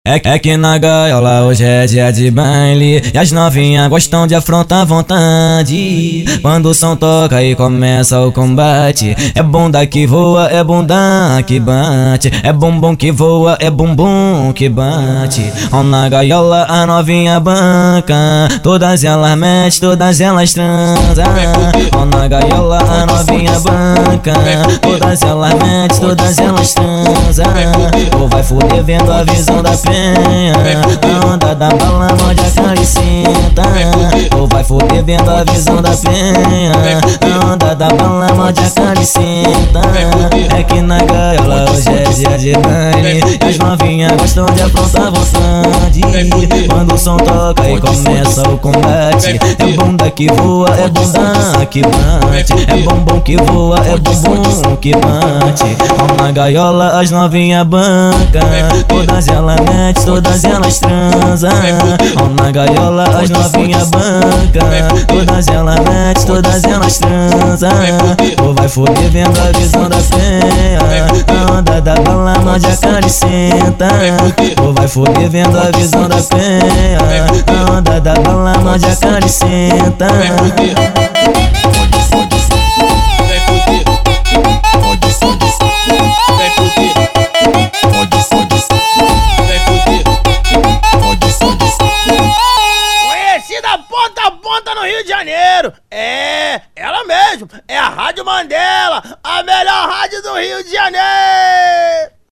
É que na gaiola hoje é dia de baile e as novinhas gostam de afrontar à vontade. Quando o som toca e começa o combate, é bunda que voa, é bunda que bate, é bumbum que voa, é bumbum que bate. Na gaiola a novinha banca, todas elas metem, todas elas transam. Na gaiola a novinha banca, todas elas metem, todas elas transam. Ou vai foder vendo a visão da penha, a onda da bala morde a cara e senta. Ou vai foder vendo a visão da penha, a onda da bala morde a cara e senta. É que na gaiola hoje é dia de baile, as novinhas gostam de afrontar a vontade. Quando o som toca e começa o combate, é bunda que voa, é bunda que bate, é bumbum que voa, é bumbum que bate. Na gaiola as novinhas banca, todas elas metem, todas elas transam. Na gaiola as novinhas banca, todas elas metem, todas elas transam. Ou vai foder vendo a visão da penha, a onda da bala morde a cara e senta. Ou vai foder vendo a visão da penha, a onda da bala morde a cara e senta.